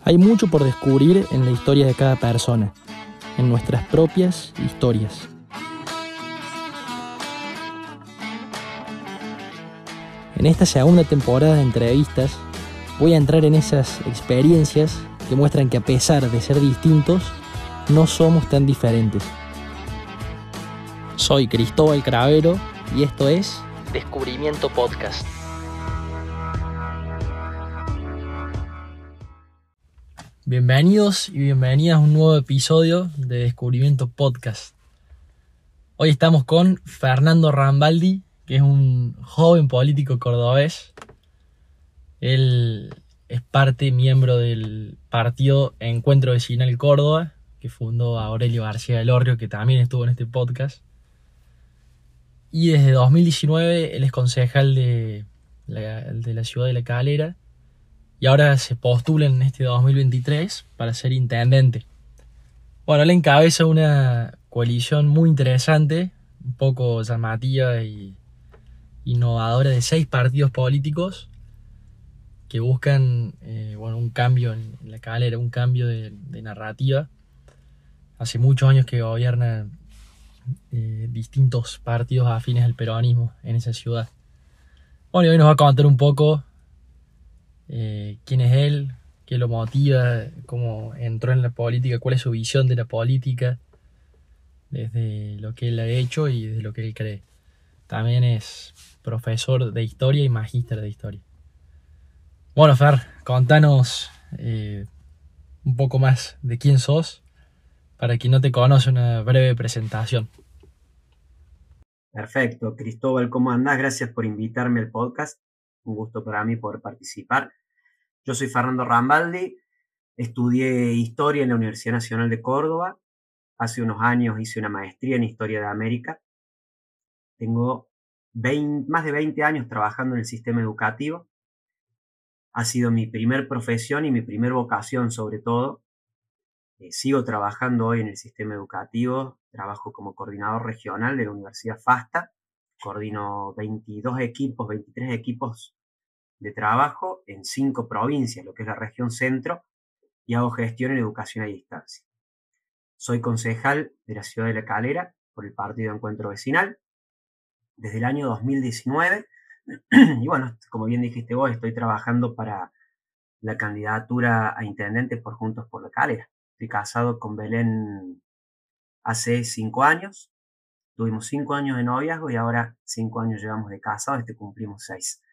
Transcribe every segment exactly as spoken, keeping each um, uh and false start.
Hay mucho por descubrir en la historia de cada persona, en nuestras propias historias. En esta segunda temporada de entrevistas voy a entrar en esas experiencias que muestran que a pesar de ser distintos, no somos tan diferentes. Soy Cristóbal Cravero y esto es Descubrimiento Podcast. Bienvenidos y bienvenidas a un nuevo episodio de Descubrimiento Podcast. Hoy estamos con Fernando Rambaldi, que es un joven político cordobés. Él es parte, miembro del partido Encuentro Vecinal Córdoba, que fundó Aurelio García Elorrio, que también estuvo en este podcast. Y desde dos mil diecinueve él es concejal de la, de la ciudad de La Calera. Y ahora se postula en este dos mil veintitrés para ser intendente. Bueno, él encabeza una coalición muy interesante, un poco llamativa y innovadora, de seis partidos políticos que buscan eh, bueno, un cambio en La Calera, un cambio de, de narrativa. Hace muchos años que gobiernan eh, distintos partidos afines al peronismo en esa ciudad. Bueno, y hoy nos va a contar un poco Eh, quién es él, qué lo motiva, cómo entró en la política, cuál es su visión de la política, desde lo que él ha hecho y desde lo que él cree. También es profesor de historia y magíster de historia. Bueno, Fer, contanos eh, un poco más de quién sos, para quien no te conoce, una breve presentación. Perfecto, Cristóbal, ¿cómo andás? Gracias por invitarme al podcast. Un gusto para mí poder participar. Yo soy Fernando Rambaldi, estudié Historia en la Universidad Nacional de Córdoba. Hace unos años hice una maestría en Historia de América. Tengo veinte, más de veinte años trabajando en el sistema educativo. Ha sido mi primer profesión y mi primer vocación sobre todo. Eh, sigo trabajando hoy en el sistema educativo. Trabajo como coordinador regional de la Universidad FASTA. Coordino veintidós equipos, veintitrés equipos de trabajo en cinco provincias, lo que es la región centro, y hago gestión en educación a distancia. Soy concejal de la ciudad de La Calera por el partido Encuentro Vecinal desde el año dos mil diecinueve y bueno, como bien dijiste vos, estoy trabajando para la candidatura a intendente por Juntos por La Calera. Estoy casado con Belén hace cinco años, tuvimos cinco años de noviazgo y ahora cinco años llevamos de casado, este cumplimos seis.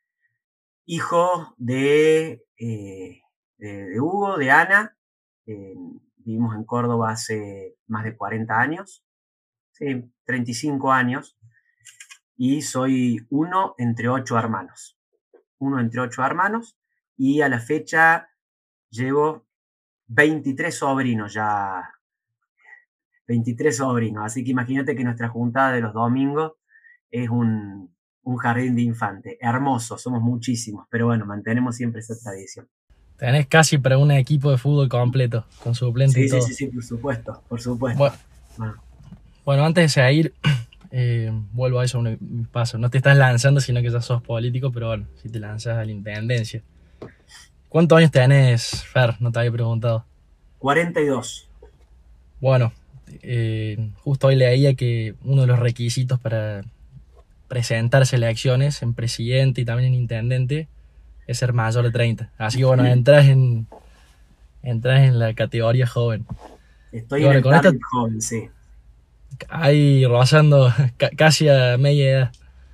Hijo de, eh, de, de Hugo, de Ana. Eh, vivimos en Córdoba hace más de cuarenta años, sí, treinta y cinco años, y soy uno entre ocho hermanos. Uno entre ocho hermanos, y a la fecha llevo veintitrés sobrinos ya. veintitrés sobrinos, así que imagínate que nuestra juntada de los domingos es un... un jardín de infante, hermoso, somos muchísimos, pero bueno, mantenemos siempre esa tradición. Tenés casi para un equipo de fútbol completo, con suplente sí, y todo. Sí, sí, sí, por supuesto, por supuesto. Bueno, bueno. bueno antes de seguir, eh, vuelvo a eso, un paso. No te estás lanzando, sino que ya sos político, pero bueno, si te lanzas a la intendencia. ¿Cuántos años tenés, Fer? No te había preguntado. cuarenta y dos. Bueno, eh, justo hoy leía que uno de los requisitos para presentarse a elecciones en presidente y también en intendente es ser mayor de treinta. Así que bueno, entras en entras en la categoría joven. Estoy bueno, en el con target esta, joven, sí. Ahí rozando casi a media edad.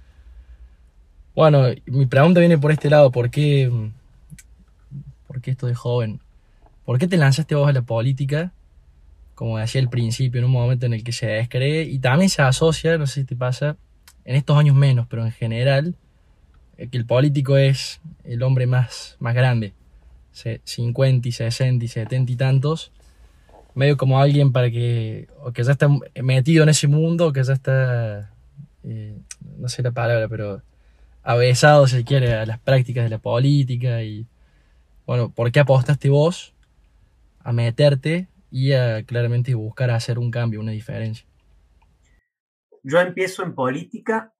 Bueno, mi pregunta viene por este lado. ¿Por qué, por qué esto de joven? ¿Por qué te lanzaste vos a la política? Como decía al principio, en un momento en el que se descree y también se asocia, no sé si te pasa, en estos años menos, pero en general, que el político es el hombre más, más grande, cincuenta y sesenta y setenta y tantos, medio como alguien para que, o que ya está metido en ese mundo, o que ya está, eh, no sé la palabra, pero avesado, si quiere, a las prácticas de la política. Y bueno, ¿por qué apostaste vos a meterte y a claramente buscar hacer un cambio, una diferencia? Yo empiezo en política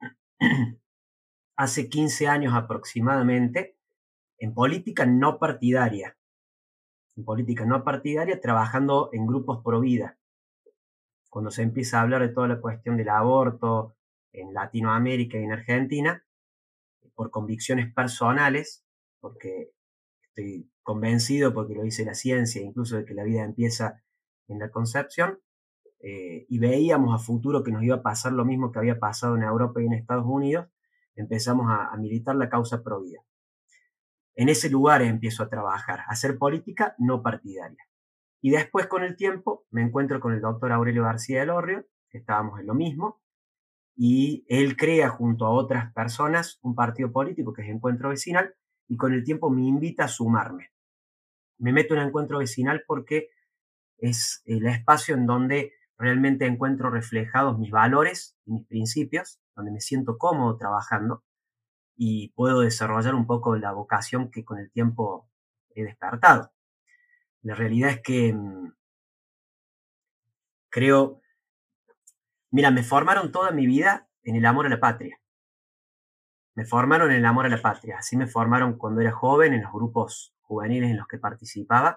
hace quince años aproximadamente, en política no partidaria. en política no partidaria, trabajando en grupos pro vida. Cuando se empieza a hablar de toda la cuestión del aborto en Latinoamérica y en Argentina, por convicciones personales, porque estoy convencido, porque lo dice la ciencia, incluso de que la vida empieza en la concepción, eh, y veíamos a futuro que nos iba a pasar lo mismo que había pasado en Europa y en Estados Unidos, empezamos a, a militar la causa pro vida. En ese lugar empiezo a trabajar, a hacer política no partidaria. Y después, con el tiempo, me encuentro con el doctor Aurelio García Elorrio, que estábamos en lo mismo, y él crea junto a otras personas un partido político que es Encuentro Vecinal, y con el tiempo me invita a sumarme. Me meto en Encuentro Vecinal porque es el espacio en donde realmente encuentro reflejados mis valores y mis principios, donde me siento cómodo trabajando y puedo desarrollar un poco la vocación que con el tiempo he despertado. La realidad es que mmm, creo, mira, me formaron toda mi vida en el amor a la patria. Me formaron en el amor a la patria. Así me formaron cuando era joven en los grupos juveniles en los que participaba.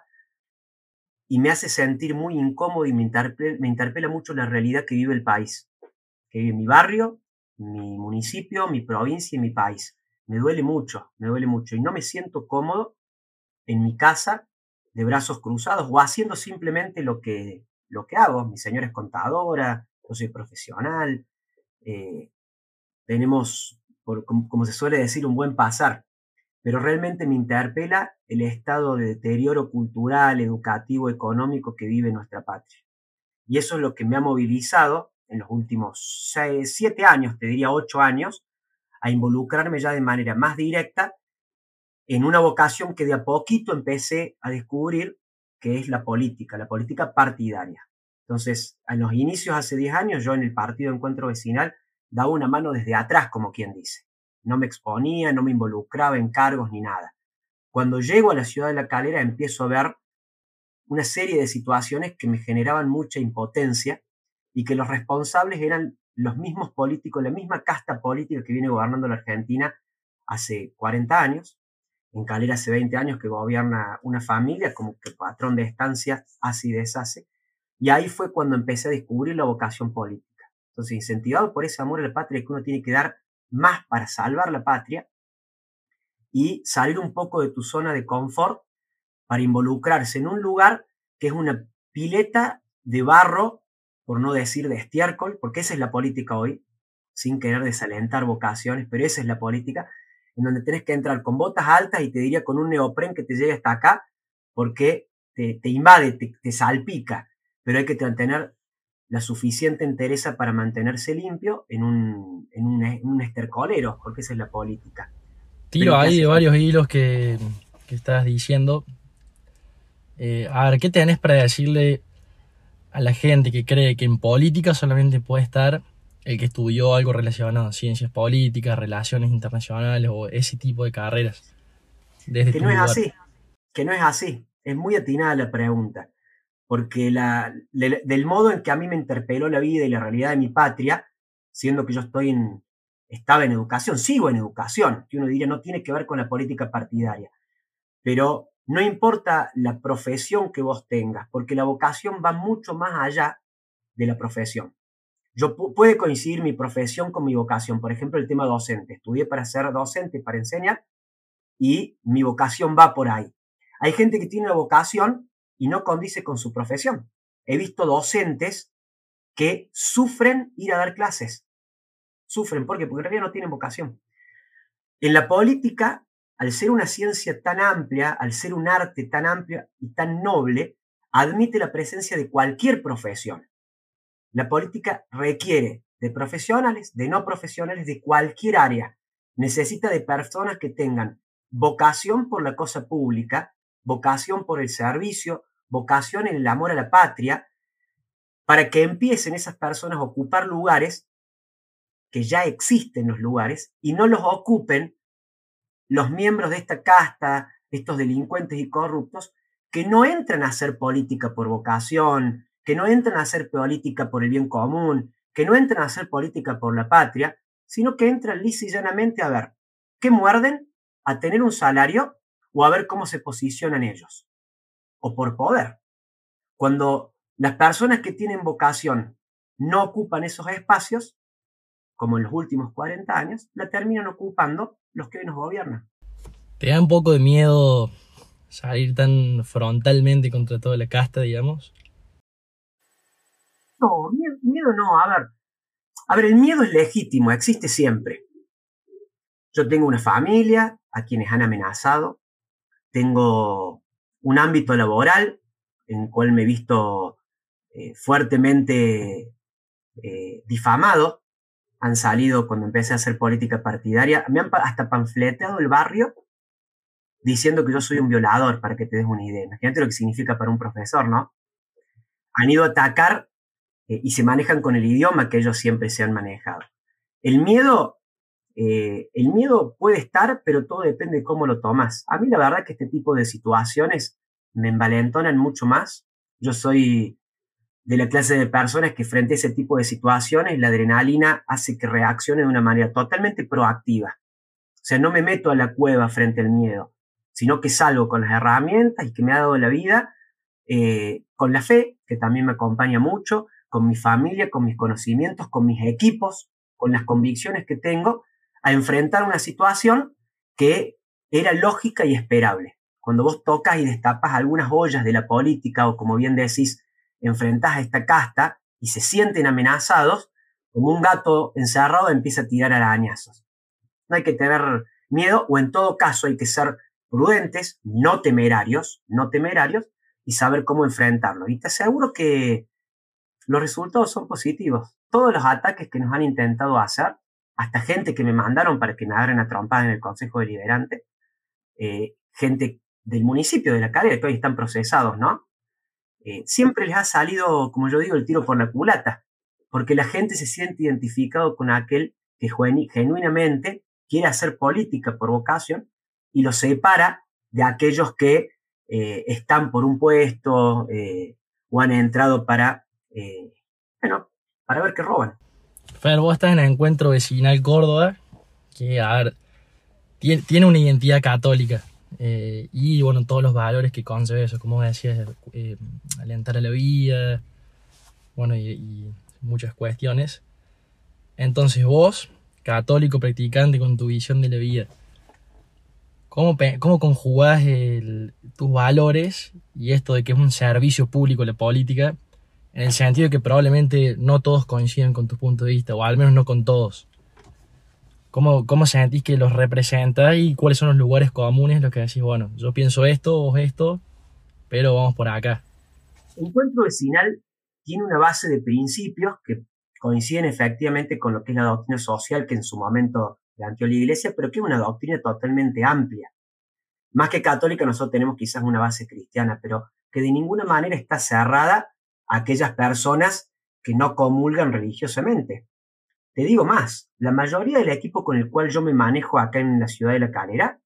Y me hace sentir muy incómodo y me interpela, me interpela mucho la realidad que vive el país. Que vive mi barrio, mi municipio, mi provincia y mi país. Me duele mucho, me duele mucho. Y no me siento cómodo en mi casa de brazos cruzados o haciendo simplemente lo que, lo que hago. Mi señora es contadora, yo soy profesional. Eh, tenemos, por, como, como se suele decir, un buen pasar. Pero realmente me interpela el estado de deterioro cultural, educativo, económico que vive nuestra patria. Y eso es lo que me ha movilizado en los últimos seis, siete años, te diría ocho años, a involucrarme ya de manera más directa en una vocación que de a poquito empecé a descubrir, que es la política, la política partidaria. Entonces, en los inicios, hace diez años, yo en el Partido Encuentro Vecinal daba una mano desde atrás, como quien dice. No me exponía, no me involucraba en cargos ni nada. Cuando llego a la ciudad de La Calera empiezo a ver una serie de situaciones que me generaban mucha impotencia y que los responsables eran los mismos políticos, la misma casta política que viene gobernando la Argentina hace cuarenta años. En Calera hace veinte años que gobierna una familia, como que patrón de estancia hace y deshace. Y ahí fue cuando empecé a descubrir la vocación política. Entonces, incentivado por ese amor a la patria que uno tiene que dar más para salvar la patria y salir un poco de tu zona de confort para involucrarse en un lugar que es una pileta de barro, por no decir de estiércol, porque esa es la política hoy, sin querer desalentar vocaciones, pero esa es la política, en donde tenés que entrar con botas altas y te diría con un neopren que te llegue hasta acá, porque te, te invade, te, te salpica, pero hay que tener la suficiente entereza para mantenerse limpio en un, en un, en un estercolero, porque esa es la política. Tiro ahí de varios hilos que, que estás diciendo. Eh, a ver, ¿qué tenés para decirle a la gente que cree que en política solamente puede estar el que estudió algo relacionado a ciencias políticas, relaciones internacionales o ese tipo de carreras? Desde que tu no es lugar. así, que no es así. Es muy atinada la pregunta, porque la, le, del modo en que a mí me interpeló la vida y la realidad de mi patria, siendo que yo estoy en, estaba en educación, sigo en educación, que uno diría no tiene que ver con la política partidaria, pero no importa la profesión que vos tengas, porque la vocación va mucho más allá de la profesión. Yo puede coincidir mi profesión con mi vocación, por ejemplo, el tema docente. Estudié para ser docente, para enseñar, y mi vocación va por ahí. Hay gente que tiene una vocación y no condice con su profesión. He visto docentes que sufren ir a dar clases. Sufren, ¿por qué? Porque en realidad no tienen vocación. En la política, al ser una ciencia tan amplia, al ser un arte tan amplio y tan noble, admite la presencia de cualquier profesión. La política requiere de profesionales, de no profesionales, de cualquier área. Necesita de personas que tengan vocación por la cosa pública, vocación por el servicio, vocación en el amor a la patria, para que empiecen esas personas a ocupar lugares que ya existen los lugares y no los ocupen los miembros de esta casta, estos delincuentes y corruptos, que no entran a hacer política por vocación, que no entran a hacer política por el bien común, que no entran a hacer política por la patria, sino que entran lisa y llanamente a ver qué muerden, a tener un salario o a ver cómo se posicionan ellos. o por poder. Cuando las personas que tienen vocación no ocupan esos espacios, como en los últimos cuarenta años, la terminan ocupando los que hoy nos gobiernan. ¿Te da un poco de miedo salir tan frontalmente contra toda la casta, digamos? No, miedo, miedo no, a ver. A ver, el miedo es legítimo, existe siempre. Yo tengo una familia a quienes han amenazado, tengo un ámbito laboral en el cual me he visto eh, fuertemente eh, difamado. Han salido, cuando empecé a hacer política partidaria, me han hasta panfleteado el barrio diciendo que yo soy un violador, para que te des una idea. Imagínate lo que significa para un profesor, ¿no? Han ido a atacar eh, y se manejan con el idioma que ellos siempre se han manejado. El miedo, eh, el miedo puede estar, pero todo depende de cómo lo tomas. A mí la verdad que este tipo de situaciones me envalentonan mucho más. Yo soy de la clase de personas que frente a ese tipo de situaciones, la adrenalina hace que reaccione de una manera totalmente proactiva. O sea, no me meto a la cueva frente al miedo, sino que salgo con las herramientas y que me ha dado la vida, eh, con la fe, que también me acompaña mucho, con mi familia, con mis conocimientos, con mis equipos, con las convicciones que tengo, a enfrentar una situación que era lógica y esperable. Cuando vos tocas y destapas algunas ollas de la política, o como bien decís, enfrentás a esta casta y se sienten amenazados, como un gato encerrado empieza a tirar arañazos. No hay que tener miedo, o en todo caso hay que ser prudentes, no temerarios, no temerarios, y saber cómo enfrentarlo. Y te aseguro que los resultados son positivos. Todos los ataques que nos han intentado hacer, hasta gente que me mandaron para que me agarren a trompadas en el Consejo Deliberante, eh, gente del municipio de La Calera, que hoy están procesados, ¿no? Eh, siempre les ha salido, como yo digo, el tiro por la culata, porque la gente se siente identificado con aquel que genuinamente quiere hacer política por vocación y lo separa de aquellos que eh, están por un puesto eh, o han entrado para, eh, bueno, para ver qué roban. Fer, vos estás en el Encuentro Vecinal Córdoba, que, a ver, tiene, tiene una identidad católica. Eh, y bueno, todos los valores que concebe eso, como decías, eh, alentar a la vida, bueno, y, y muchas cuestiones. Entonces vos, católico practicante con tu visión de la vida, ¿cómo, cómo conjugás el, tus valores y esto de que es un servicio público la política, en el sentido de que probablemente no todos coinciden con tu punto de vista, o al menos no con todos? ¿Cómo, ¿Cómo sentís que los representás y cuáles son los lugares comunes los que decís, bueno, yo pienso esto, vos esto, pero vamos por acá? Encuentro Vecinal tiene una base de principios que coinciden efectivamente con lo que es la doctrina social que en su momento planteó la Iglesia, pero que es una doctrina totalmente amplia. Más que católica, nosotros tenemos quizás una base cristiana, pero que de ninguna manera está cerrada a aquellas personas que no comulgan religiosamente. Te digo más, la mayoría del equipo con el cual yo me manejo acá en la ciudad de La Calera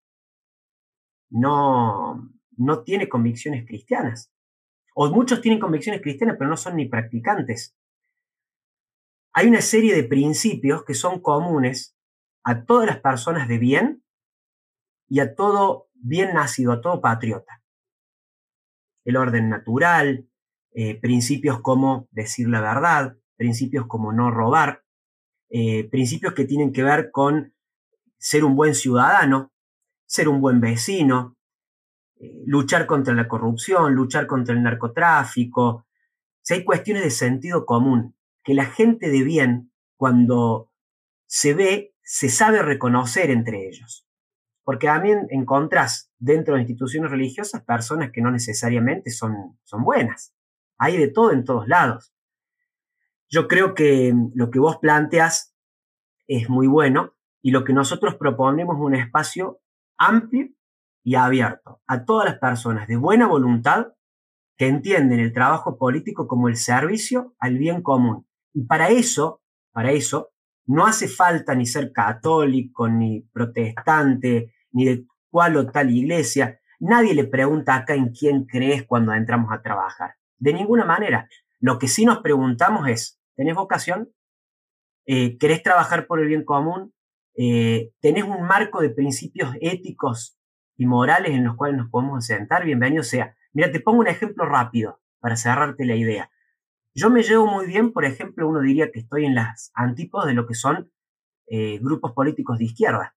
no, no tiene convicciones cristianas. O muchos tienen convicciones cristianas, pero no son ni practicantes. Hay una serie de principios que son comunes a todas las personas de bien y a todo bien nacido, a todo patriota. El orden natural, eh, principios como decir la verdad, principios como no robar, Eh, principios que tienen que ver con ser un buen ciudadano, ser un buen vecino, eh, luchar contra la corrupción, luchar contra el narcotráfico. O sea, hay cuestiones de sentido común que la gente de bien, cuando se ve, se sabe reconocer entre ellos. Porque también encontrás dentro de instituciones religiosas personas que no necesariamente son, son buenas. Hay de todo en todos lados. Yo creo que lo que vos planteas es muy bueno y lo que nosotros proponemos es un espacio amplio y abierto a todas las personas de buena voluntad que entienden el trabajo político como el servicio al bien común. Y para eso, para eso, no hace falta ni ser católico, ni protestante, ni de cuál o tal iglesia. Nadie le pregunta acá en quién crees cuando entramos a trabajar. De ninguna manera. Lo que sí nos preguntamos es, ¿tenés vocación? Eh, ¿Querés trabajar por el bien común? Eh, ¿Tenés un marco de principios éticos y morales en los cuales nos podemos asentar? Bienvenido sea. Mira, te pongo un ejemplo rápido para cerrarte la idea. Yo me llevo muy bien, por ejemplo, uno diría que estoy en las antípodas de lo que son eh, grupos políticos de izquierda.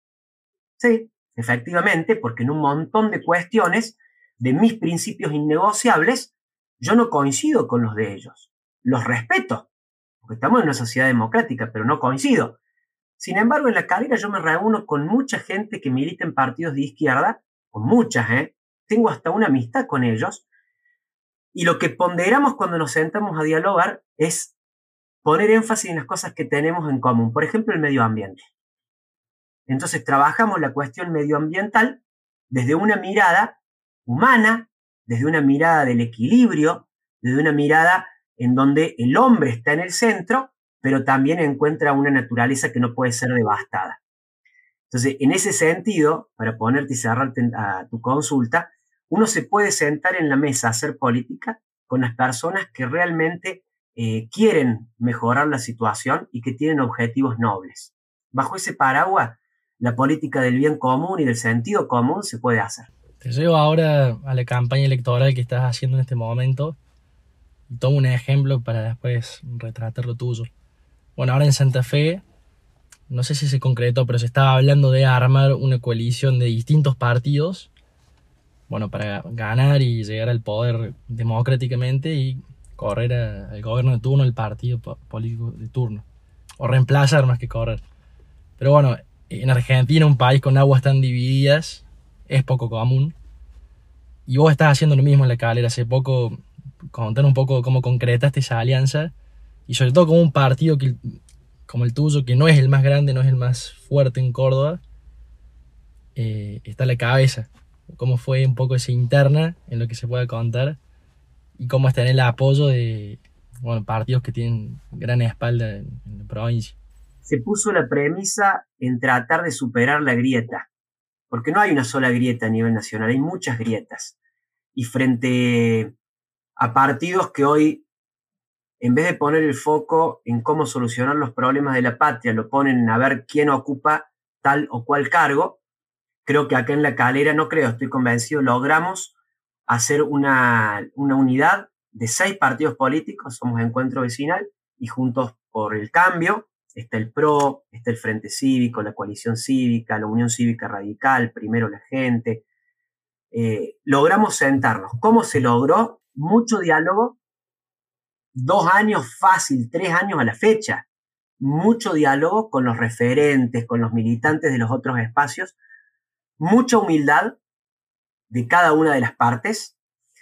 Sí, efectivamente, porque en un montón de cuestiones de mis principios innegociables, yo no coincido con los de ellos. Los respeto, porque estamos en una sociedad democrática, pero no coincido. Sin embargo, en La Calera yo me reúno con mucha gente que milita en partidos de izquierda, con muchas, ¿eh? Tengo hasta una amistad con ellos, y lo que ponderamos cuando nos sentamos a dialogar es poner énfasis en las cosas que tenemos en común, por ejemplo, el medio ambiente. Entonces trabajamos la cuestión medioambiental desde una mirada humana, desde una mirada del equilibrio, desde una mirada en donde el hombre está en el centro, pero también encuentra una naturaleza que no puede ser devastada. Entonces, en ese sentido, para ponerte y cerrarte a tu consulta, uno se puede sentar en la mesa a hacer política con las personas que realmente eh, quieren mejorar la situación y que tienen objetivos nobles. Bajo ese paraguas, la política del bien común y del sentido común se puede hacer. Te llevo ahora a la campaña electoral que estás haciendo en este momento y tomo un ejemplo para después retratar lo tuyo. Bueno, ahora en Santa Fe, no sé si se concretó, pero se estaba hablando de armar una coalición de distintos partidos, bueno, para ganar y llegar al poder democráticamente y correr a, al gobierno de turno, el partido político de turno, o reemplazar más que correr. Pero bueno, en Argentina, un país con aguas tan divididas, es poco común. Y vos estás haciendo lo mismo en La Calera. Hace poco, contar un poco cómo concretaste esa alianza, y sobre todo como un partido que, como el tuyo, que no es el más grande, no es el más fuerte en Córdoba, eh, está a la cabeza. Cómo fue un poco esa interna en lo que se pueda contar y cómo está en el apoyo de, bueno, partidos que tienen gran espalda en, en la provincia. Se puso la premisa en tratar de superar la grieta, porque no hay una sola grieta a nivel nacional, hay muchas grietas. Y frente a partidos que hoy, en vez de poner el foco en cómo solucionar los problemas de la patria, lo ponen en a ver quién ocupa tal o cual cargo, creo que acá en La Calera, no creo, estoy convencido, logramos hacer una, una unidad de seis partidos políticos, somos Encuentro Vecinal, y Juntos por el Cambio, está el P R O, está el Frente Cívico, la Coalición Cívica, la Unión Cívica Radical, Primero la Gente. Eh, logramos sentarnos. ¿Cómo se logró? Mucho diálogo, dos años fácil, tres años a la fecha, mucho diálogo con los referentes, con los militantes de los otros espacios, mucha humildad de cada una de las partes,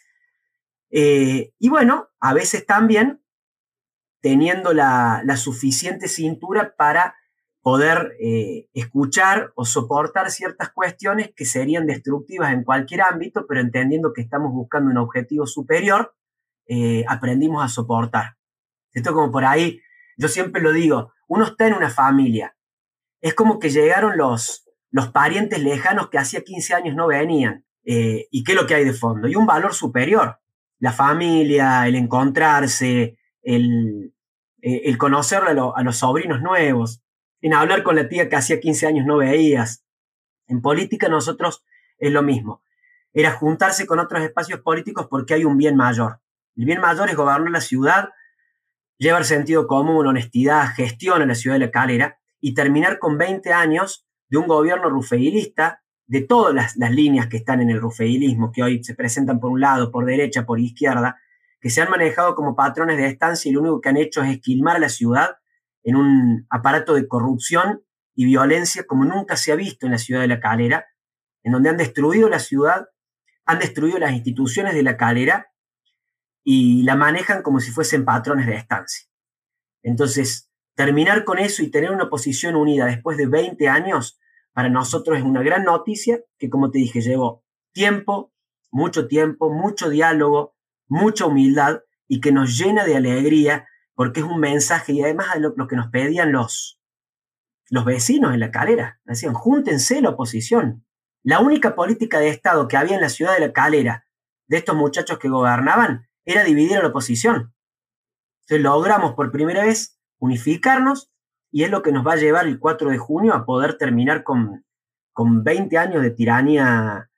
eh, y bueno, a veces también teniendo la, la suficiente cintura para poder eh, escuchar o soportar ciertas cuestiones que serían destructivas en cualquier ámbito, pero entendiendo que estamos buscando un objetivo superior, eh, aprendimos a soportar. Esto como por ahí, yo siempre lo digo, uno está en una familia, es como que llegaron los, los parientes lejanos que hacía quince años no venían, eh, y qué es lo que hay de fondo, y un valor superior, la familia, el encontrarse, el, eh, el conocer a, lo, a los sobrinos nuevos, en hablar con la tía que hacía quince años no veías. En política nosotros es lo mismo, era juntarse con otros espacios políticos porque hay un bien mayor. El bien mayor es gobernar la ciudad, llevar sentido común, honestidad, gestión en la ciudad de La Calera y terminar con veinte años de un gobierno rufeilista, de todas las, las líneas que están en el rufeilismo, que hoy se presentan por un lado, por derecha, por izquierda, que se han manejado como patrones de estancia y lo único que han hecho es esquilmar a la ciudad en un aparato de corrupción y violencia como nunca se ha visto en la ciudad de La Calera, en donde han destruido la ciudad, han destruido las instituciones de La Calera y la manejan como si fuesen patrones de estancia. Entonces, terminar con eso y tener una oposición unida después de veinte años, para nosotros es una gran noticia que, como te dije, llevó tiempo, mucho tiempo, mucho diálogo, mucha humildad y que nos llena de alegría porque es un mensaje y además de lo, lo que nos pedían los, los vecinos en La Calera. Decían, júntense la oposición. La única política de Estado que había en la ciudad de La Calera de estos muchachos que gobernaban era dividir a la oposición. Entonces logramos por primera vez unificarnos y es lo que nos va a llevar el cuatro de junio a poder terminar con, con veinte años de tiranía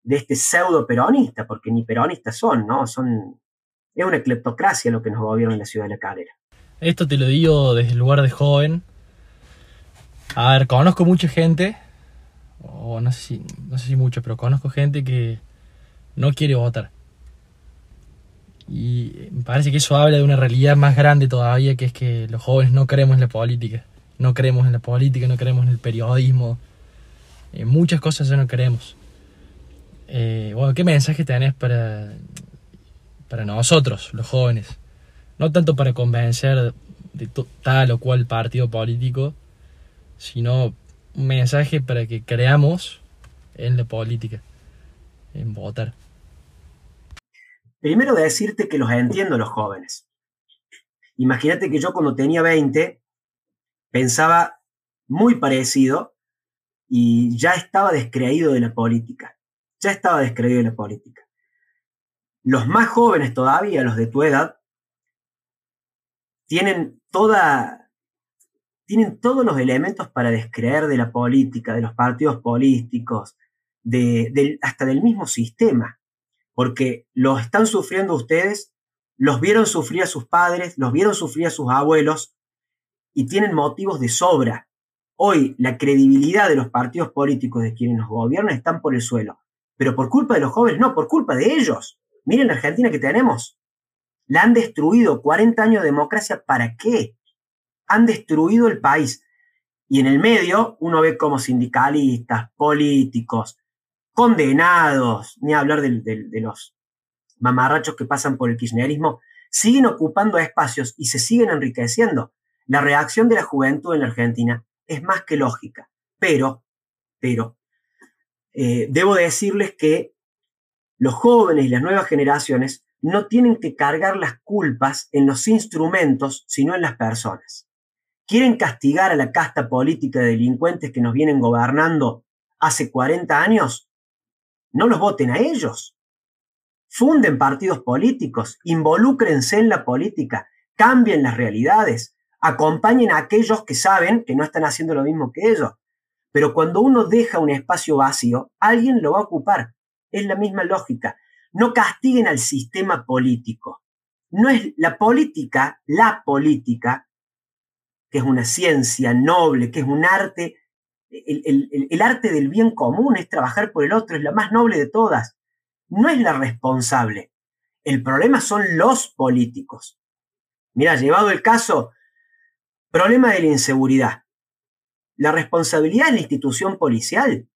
de este pseudo peronista, porque ni peronistas son, ¿no? Son, es una cleptocracia lo que nos gobierna en la ciudad de La Calera. Esto te lo digo desde el lugar de joven. A ver, conozco mucha gente, o no sé si, no sé si mucho, pero conozco gente que no quiere votar. Y me parece que eso habla de una realidad más grande todavía, que es que los jóvenes no creemos en la política. No creemos en la política, no creemos en el periodismo. En muchas cosas ya no creemos. Eh, bueno, ¿qué mensaje tenés para, para nosotros, los jóvenes? No tanto para convencer de tal o cual partido político, sino un mensaje para que creamos en la política, en votar. Primero decirte que los entiendo los jóvenes. Imagínate que yo cuando tenía veinte pensaba muy parecido y ya estaba descreído de la política. Ya estaba descreído de la política. Los más jóvenes todavía, los de tu edad, tienen toda, tienen todos los elementos para descreer de la política, de los partidos políticos, de, de, hasta del mismo sistema. Porque los están sufriendo ustedes, los vieron sufrir a sus padres, los vieron sufrir a sus abuelos y tienen motivos de sobra. Hoy la credibilidad de los partidos políticos de quienes nos gobiernan están por el suelo. Pero por culpa de los jóvenes, no, por culpa de ellos. Miren la Argentina que tenemos. La han destruido. cuarenta años de democracia, ¿para qué? Han destruido el país. Y en el medio uno ve como sindicalistas, políticos, condenados, ni hablar de, de, de los mamarrachos que pasan por el kirchnerismo, siguen ocupando espacios y se siguen enriqueciendo. La reacción de la juventud en la Argentina es más que lógica, pero, pero, eh, debo decirles que los jóvenes y las nuevas generaciones no tienen que cargar las culpas en los instrumentos, sino en las personas. ¿Quieren castigar a la casta política de delincuentes que nos vienen gobernando hace cuarenta años? No los voten a ellos. Funden partidos políticos, involúcrense en la política, cambien las realidades, acompañen a aquellos que saben que no están haciendo lo mismo que ellos. Pero cuando uno deja un espacio vacío, alguien lo va a ocupar. Es la misma lógica. No castiguen al sistema político. No es la política, la política, que es una ciencia noble, que es un arte. El, el, el arte del bien común es trabajar por el otro, es la más noble de todas. No es la responsable. El problema son los políticos. Mira, llevado el caso, problema de la inseguridad. La responsabilidad es la institución policial.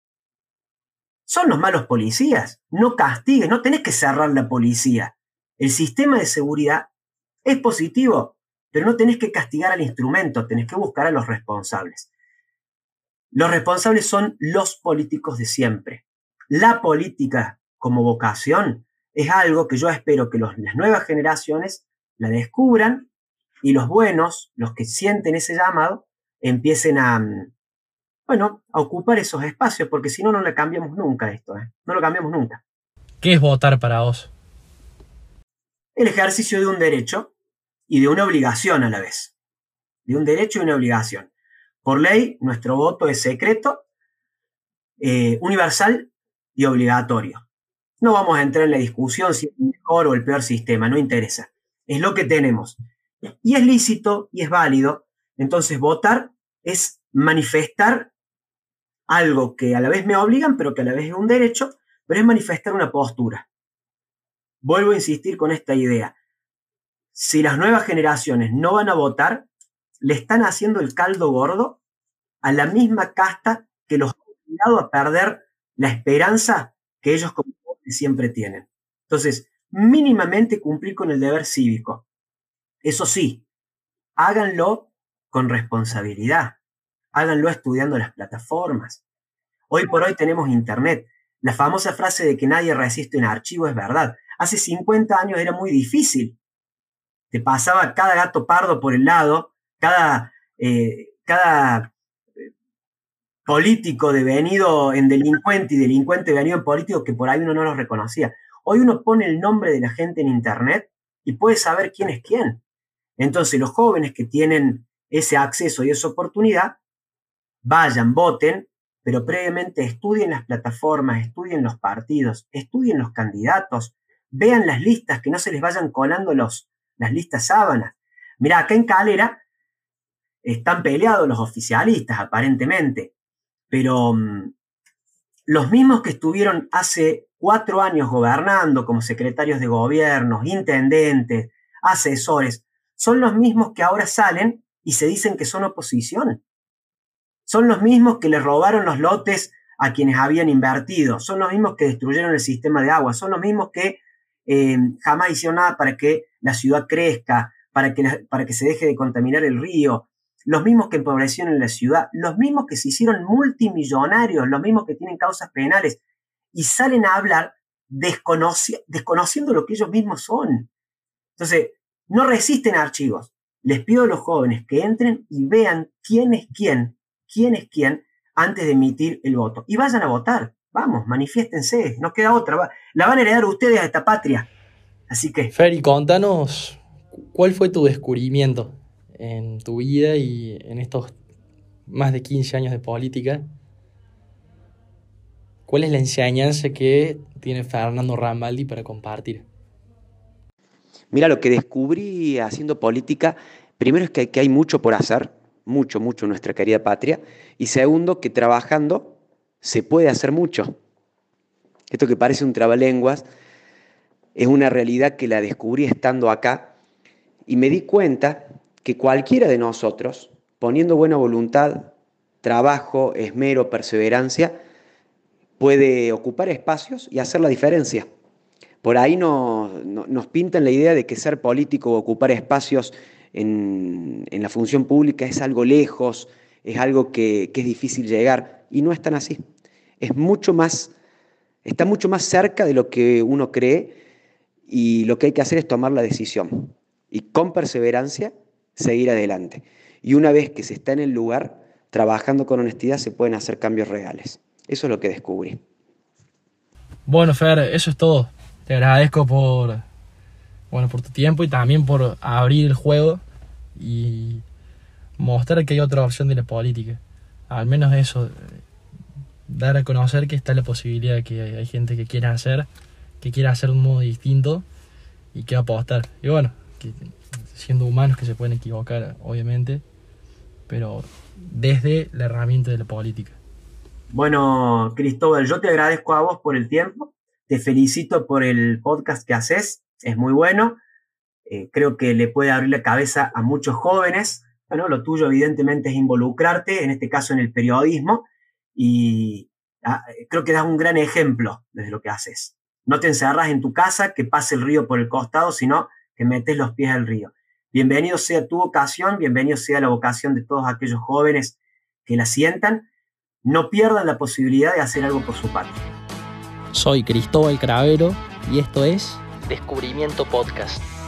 Son los malos policías. No castigues, no tenés que cerrar la policía. El sistema de seguridad es positivo, pero no tenés que castigar al instrumento, tenés que buscar a los responsables. Los responsables son los políticos de siempre. La política como vocación es algo que yo espero que los, las nuevas generaciones la descubran y los buenos, los que sienten ese llamado, empiecen a, bueno, a ocupar esos espacios, porque si no, no lo cambiamos nunca esto, ¿eh? No lo cambiamos nunca. ¿Qué es votar para vos? El ejercicio de un derecho y de una obligación a la vez. De un derecho y una obligación. Por ley, nuestro voto es secreto, eh, universal y obligatorio. No vamos a entrar en la discusión si es el mejor o el peor sistema, no interesa. Es lo que tenemos. Y es lícito y es válido. Entonces, votar es manifestar algo que a la vez me obligan, pero que a la vez es un derecho, pero es manifestar una postura. Vuelvo a insistir con esta idea. Si las nuevas generaciones no van a votar, le están haciendo el caldo gordo a la misma casta que los ha obligado a perder la esperanza que ellos como siempre tienen. Entonces, mínimamente cumplir con el deber cívico. Eso sí, háganlo con responsabilidad. Háganlo estudiando las plataformas. Hoy por hoy tenemos internet. La famosa frase de que nadie resiste un archivo es verdad. Hace cincuenta años era muy difícil. Te pasaba cada gato pardo por el lado, cada, eh, cada político devenido en delincuente y delincuente devenido en político que por ahí uno no los reconocía. Hoy uno pone el nombre de la gente en internet y puede saber quién es quién. Entonces los jóvenes que tienen ese acceso y esa oportunidad, vayan, voten pero previamente estudien las plataformas, estudien los partidos, estudien los candidatos, vean las listas, que no se les vayan colando los, las listas sábanas. Mirá, acá en Calera están peleados los oficialistas, aparentemente, pero um, los mismos que estuvieron hace cuatro años gobernando como secretarios de gobierno, intendentes, asesores, son los mismos que ahora salen y se dicen que son oposición. Son los mismos que le robaron los lotes a quienes habían invertido, son los mismos que destruyeron el sistema de agua, son los mismos que eh, jamás hicieron nada para que la ciudad crezca, para que, la, para que se deje de contaminar el río, los mismos que empobrecieron la ciudad, los mismos que se hicieron multimillonarios, los mismos que tienen causas penales, y salen a hablar desconoci- desconociendo lo que ellos mismos son. Entonces, no resisten a archivos. Les pido a los jóvenes que entren y vean quién es quién, quién es quién, antes de emitir el voto. Y vayan a votar. Vamos, manifiéstense, no queda otra. La van a heredar ustedes a esta patria. Así que... Fer, y contanos, ¿cuál fue tu descubrimiento en tu vida y en estos más de quince años de política? ¿Cuál es la enseñanza que tiene Fernando Rambaldi para compartir? Mira, lo que descubrí haciendo política, primero es que, que hay mucho por hacer, mucho, mucho en nuestra querida patria, y segundo, que trabajando se puede hacer mucho. Esto que parece un trabalenguas es una realidad que la descubrí estando acá y me di cuenta que cualquiera de nosotros, poniendo buena voluntad, trabajo, esmero, perseverancia, puede ocupar espacios y hacer la diferencia. Por ahí no, no, nos pintan la idea de que ser político o ocupar espacios en, en la función pública es algo lejos, es algo que, que es difícil llegar, y no es tan así. Es mucho más, está mucho más cerca de lo que uno cree, y lo que hay que hacer es tomar la decisión y con perseverancia seguir adelante. Y una vez que se está en el lugar, trabajando con honestidad, se pueden hacer cambios reales. Eso es lo que descubrí. Bueno, Fer, eso es todo. Te agradezco por, bueno, por tu tiempo y también por abrir el juego y mostrar que hay otra opción de la política. Al menos eso, dar a conocer que está la posibilidad de que hay gente que quiera hacer, que quiera hacer de un modo distinto y que va a apostar. Y bueno, que siendo humanos que se pueden equivocar, obviamente, pero desde la herramienta de la política. Bueno, Cristóbal, yo te agradezco a vos por el tiempo, te felicito por el podcast que haces, es muy bueno, eh, creo que le puede abrir la cabeza a muchos jóvenes. Bueno, lo tuyo evidentemente es involucrarte, en este caso en el periodismo, y ah, creo que das un gran ejemplo desde lo que haces. No te encerras en tu casa, que pase el río por el costado, sino que metes los pies al río. Bienvenido sea tu vocación, bienvenido sea la vocación de todos aquellos jóvenes que la sientan. No pierdan la posibilidad de hacer algo por su patria. Soy Cristóbal Cravero y esto es Descubrimiento Podcast.